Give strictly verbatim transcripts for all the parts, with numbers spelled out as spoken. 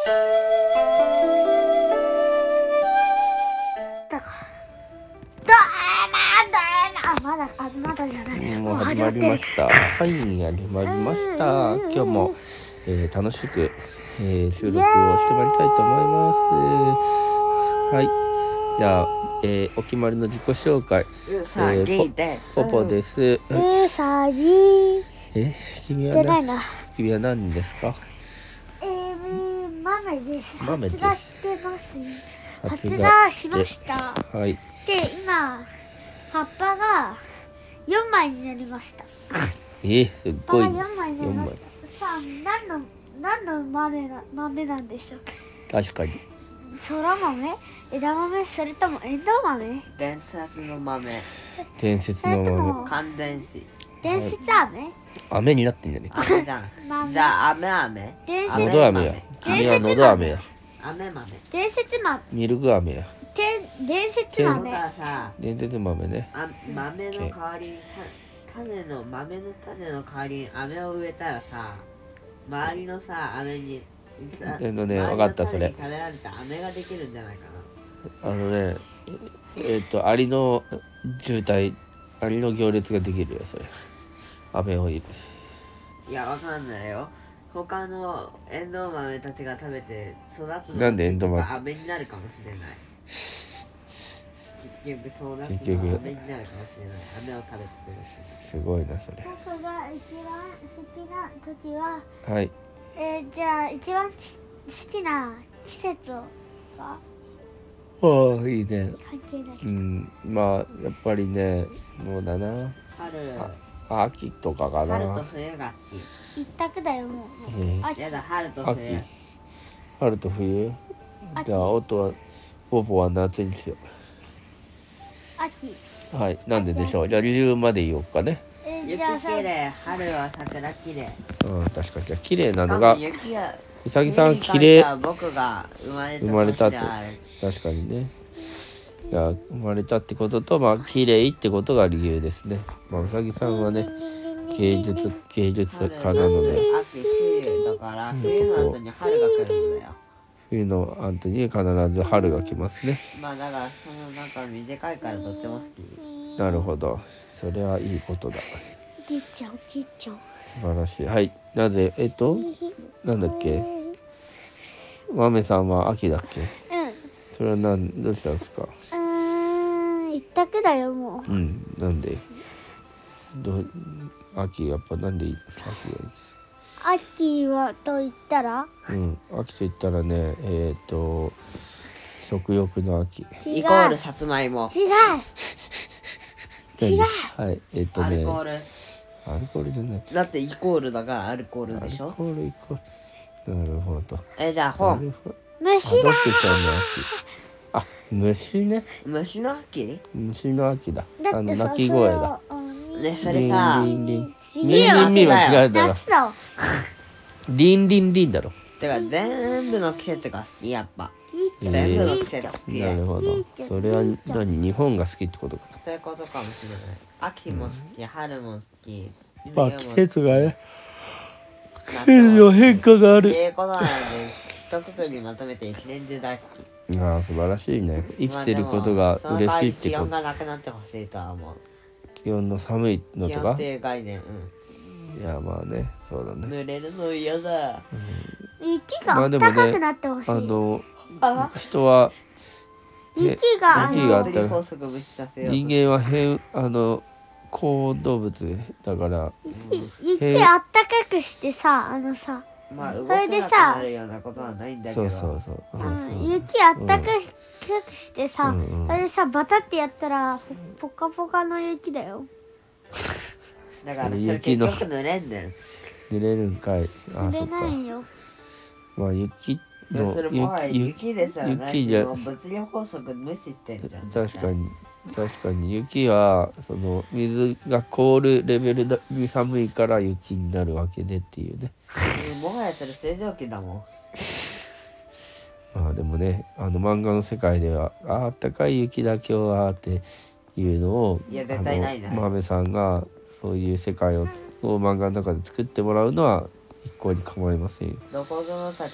まだあまだじゃない。 もう始まりました。はい、始まりました。今日も、えー、楽しく、えー、収録をしてまいりたいと思います。はい、じゃあ、えー、お決まりの自己紹介。 うさぎです。 ポポです。 うさぎ。 え、君は何？君は何ですか？ えー、豆です。 豆です。 発芽してますね。発発芽しました。 はい。 で、今葉っぱがよんまいになりました。 えー、すっごい。 葉っぱがよんまいになりました。さあ、何の何の豆な豆なんでしょう。 確かに。 そら豆、枝豆、それともエンドウ豆？ 伝説の豆。 伝説の豆。 乾電子。 伝説飴？ 飴になってんじゃねえか。 飴じゃん。じゃあ飴飴。 伝説のど飴や。君はのど飴や。 飴豆。 伝説豆。 ミルク飴や。 伝説豆。 伝説豆ね。 あ、豆の代わりに種の豆の種の代わりに飴を植えたらさ、周りのさ飴にえっとね、分かったそれ。 食べられた飴ができるんじゃないかな。あのね、えっとアリの渋滞、アリの行列ができるよそれ。飴を入れ。 いや、わかんないよ。他のエンドウ豆たちが食べて育つのなんでエンドウ豆飴になるかもしれない。結局そうなって飴になるかもしれない。飴を食べてる。 すごいなそれ。 僕が一番好きな時は、 はい。 えー、じゃあ一番好きな季節は？ ああ、いいね。 関係ない。 うん、まあやっぱりね、もうだな。 春。 あ、秋とかかな。 春と冬が好き。一択だよもう。 えー、やだ、春と冬。 秋。春と冬。じゃあ音はポポは夏にしよう。 秋。 はい、なんででしょう。じゃあ理由まで言おうかね。 えー、雪きれい、春は桜きれい。 うん、確かに綺麗なのが。うさぎさん綺麗。 僕が生まれた。 生まれたって。確かにね。いや生まれたってことと、まあ綺麗ってことが理由ですね。まあうさぎさんはね、芸術芸術家なので。 秋冬だから冬の後に春が来るんだよ。 冬の後に必ず春が来ますね。 まあだからその中短いからどっちも好き。 なるほど。それはいいことだ。 ぎっちゃんぎっちゃん。 素晴らしい。はい。なぜえっとなんだっけ。豆さんは秋だっけ。 うん。 それはなんどうしたんですか。 うーん一択だよもう。うん。なんで。ど秋やっぱなんでいいですか。 秋はと言ったら。 うん。秋と言ったらね、えっと食欲の秋。 イコールさつまいも。 違う。違う。 はい。えっとね。 アルコール。 アルコールじゃない。 だってイコールだからアルコールでしょ。 アルコールイコール。なるほど。 え、じゃあ本。 虫だ。 あ、虫ね。 虫の秋？ 虫の秋だ。 だあの鳴き声だ。 ね、それさ。 リンリンリン。リンリンリンは違うだろ。リンリンリンだろ。 てか全部の季節が好きやっぱ。全部の季節好き。 なるほど。それは何日本が好きってことかな。 そういうことかもしれない。秋も好き、春も好き。 まあ季節がね。季節の変化がある。 っていうことなので一括りにまとめて一年中大好き。ああ素晴らしいね。生きてることが嬉しいってこと。 気温がなくなってほしいとは思う。 気温の寒いのとか。 気温っていう概念。 うん。いやまあね、そうだね。 濡れるの嫌だ。 雪が暖かくなってほしい。 あの人は雪が雪があったら人間は変あの高動物だから。 雪雪あったかくしてさあのさ。 まあ、それでさ、なるようなことはないんだけど。 そうそうそう。 雪あったかくしてさ、うん、それでさバタってやったらポカポカの雪だよ。 だからそれ結局濡れんねん。 濡れるんかい。 あ、濡れないよ。 まあ雪のそれもはや雪でさ、雪じゃ物理法則無視してんじゃん。 確かに。確かに雪はその水が凍るレベルに寒いから雪になるわけでっていうね。 もはやそれ水蒸気だもん。まあでもね、あの漫画の世界ではあったかい雪だ今日はっていうのをいや絶対ないな。 豆さんがそういう世界を漫画の中で作ってもらうのは一向に構いませんよ。 どこぞのたち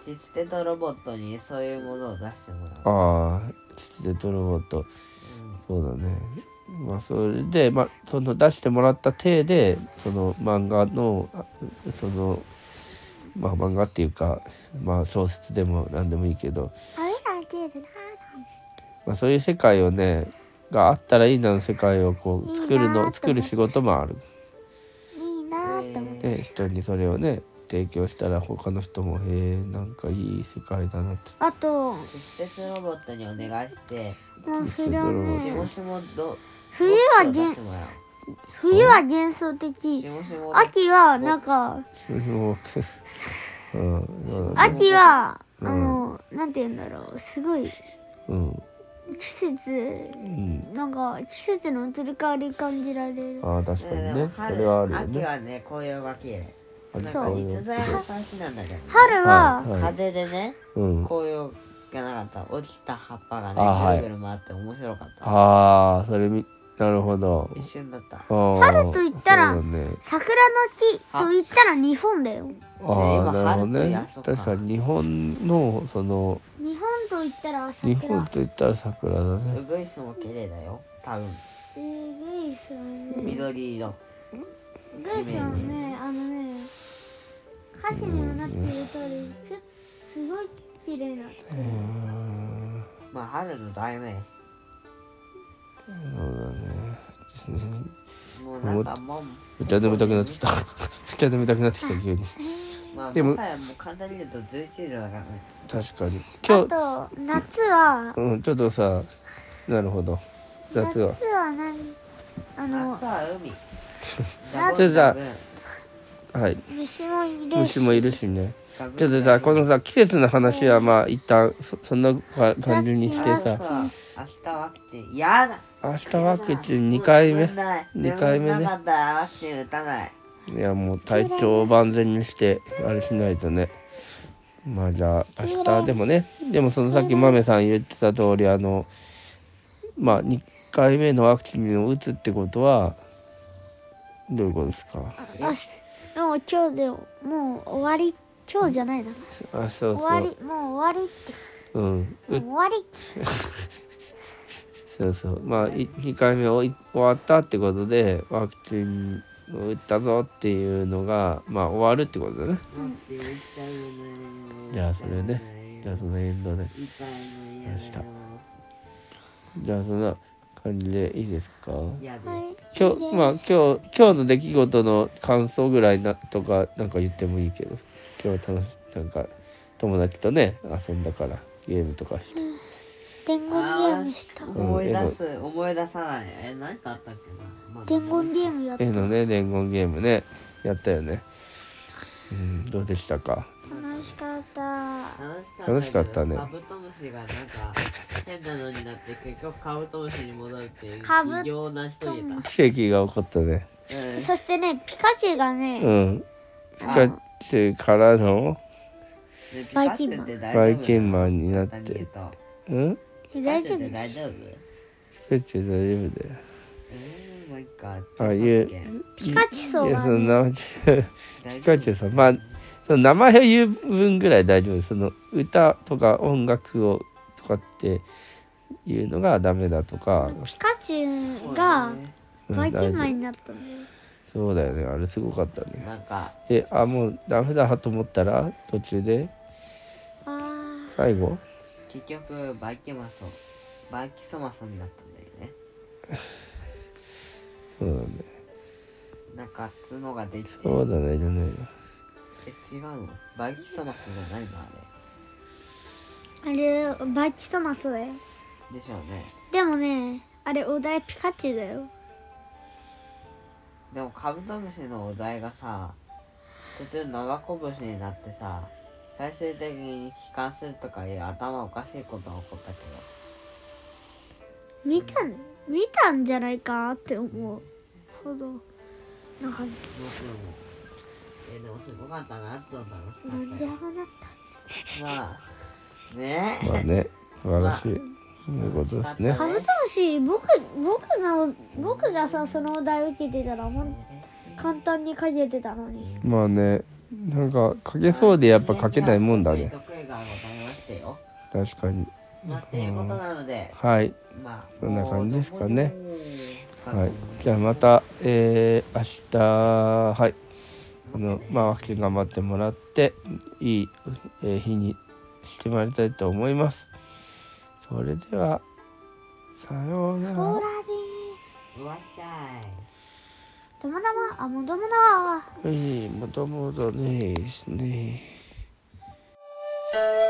チツテとロボットにそういうものを出してもらう。 ああチツテとロボット、そうだね。まあそれでまあその出してもらった体でその漫画のそのまあ漫画っていうかまあ小説でも何でもいいけど、 あれなんて言うのまあ、そういう世界をねがあったらいいなの世界をこう作るいいなーと思っての作る仕事もある。 いいなーって思って、 ね、人にそれをね提供したら他の人もへえなんかいい世界だなってあとチツテロボットにお願いしてもうそれはしねもしもど冬はどっちをげん出してもらう。 冬は幻想的、 しもしも秋はなんかもううんうん秋は、 うんあのなんて言うんだろう、すごいうん季節うんなんか季節の移り変わり感じられる。 ああ確かにねそ春れはあるよ秋ね。 はね紅葉が綺麗。なんかそう逸材の話なんだけど、ね、 春は、 はいはい風でねうん、 紅葉がなかった落ちた葉っぱがねあはいぐるぐる回って面白かった。 ああそれみなるほど。 一瞬だった。 春と言ったらそうだね、 桜の木と言ったら日本だよ。 ああ今なるほど春といねやそっか確かに日本のその日本と言ったら日桜。 本といったら桜だね。 ウグイスも綺麗だよ多分。 えー、グイスはね、 緑色。 グイスはね、あのね、歌詞にもなってる通り、ちょすごい綺麗な。 うーんまあ春の代名詞。 そうだね。 もうなんかもうめっちゃ眠たくなってきた。めっちゃ眠たくなってきた急に。 まあでももはやもう簡単に言うとじゅういちじだからね。 確かに。 あ今日と夏はうんちょっとさなるほど夏は夏は何あの夏は海。 夏さはい虫もいるし虫もいるしね。 ダブちょっとさこのさ季節の話はまあ一旦そそんなか感じにしてさ夏は明日ワクチンやだ。 明日ワクチンにかいめににかいめねなかったらワクチン打たない。 いやもう体調を万全にしてあれしないとね。まあじゃあ明日でもねでもそのさっき豆さん言ってた通りあのまあにかいめのワクチンを打つってことはどういうことですか。 あしもう今日でもう終わり今日じゃないなあそう終わそうりもう終わりってうんもう終わりってそうそうまあいにかいめ終わったってことでワクチンを打ったぞっていうのがまあ終わるってことだね。じゃあそれねじゃあそのエンドでました。じゃあそんな感じでいいですか。 やではい今日まあ今日今日の出来事の感想ぐらいなとかなんか言ってもいいけど今日は楽しなんか友達とね遊んだからゲームとかして伝言ゲームした思い出す思い出さない。え何かあったっけな。まあ伝言ゲームやった絵のね伝言ゲームねやったよね。うんどうでしたか。 楽しかった楽しかったねカブトムシがなんか変なのになって結局カブトムシに戻るっていうカブ異様な人いた。 奇跡が起こったね。 うんそしてねピカチュウがうねんピカチュウからのねバイキンマンピカチュウって大丈夫バイキンマンになって簡単に言うとうんえ大丈夫ピカチュウって大丈夫？ ピカチュウ大丈夫だよ。 えー、もう一回ああいうピカチュウいやがねその名前ピカチュウさんまあその名前を言う分ぐらい大丈夫。その歌とか音楽をとかっていうのがダメだとか、 ピカチュウがうんバイキンマン大丈夫になったんだよそうだよねあれすごかったね。 なんかであもうダメだと思ったら途中であ最後結局バイキマソバイキソマソになったんだよね。 そうだねなんか角ができてそうだねじゃないよ。 え違うのバイキソマソじゃないのあーあれバイキソマソだよれでしょうね。 でもねあれお題ピカチュウだよでもカブトムシのお題がさ途中生こぶしになってさ最終的に帰還するとかいう頭おかしいことが起こったけ見た見たんじゃないかって思うほどなんかどどうするもえでもすごかったなって思ったのしかなんったよでああなったまあねえまあね素晴らしいそういうことですね。 カブトムシ僕僕が僕がさそのお題受けてたらほん簡単に書けてたのにまあねなんか書けそうでやっぱ書けないもんだね。 得意がございましてよ。 確かに。 まあっていうことなので、 はい。 まあそんな感じですかね。 もうはい。じゃあまた、えー、明日、はい。あの、まあ、ワクチン頑張ってもらって、いい、えー日にしてもらいたいと思います。それでは、さようなら。 ほらね終わったい。 どもどもあもどもどはい、もともとねですね。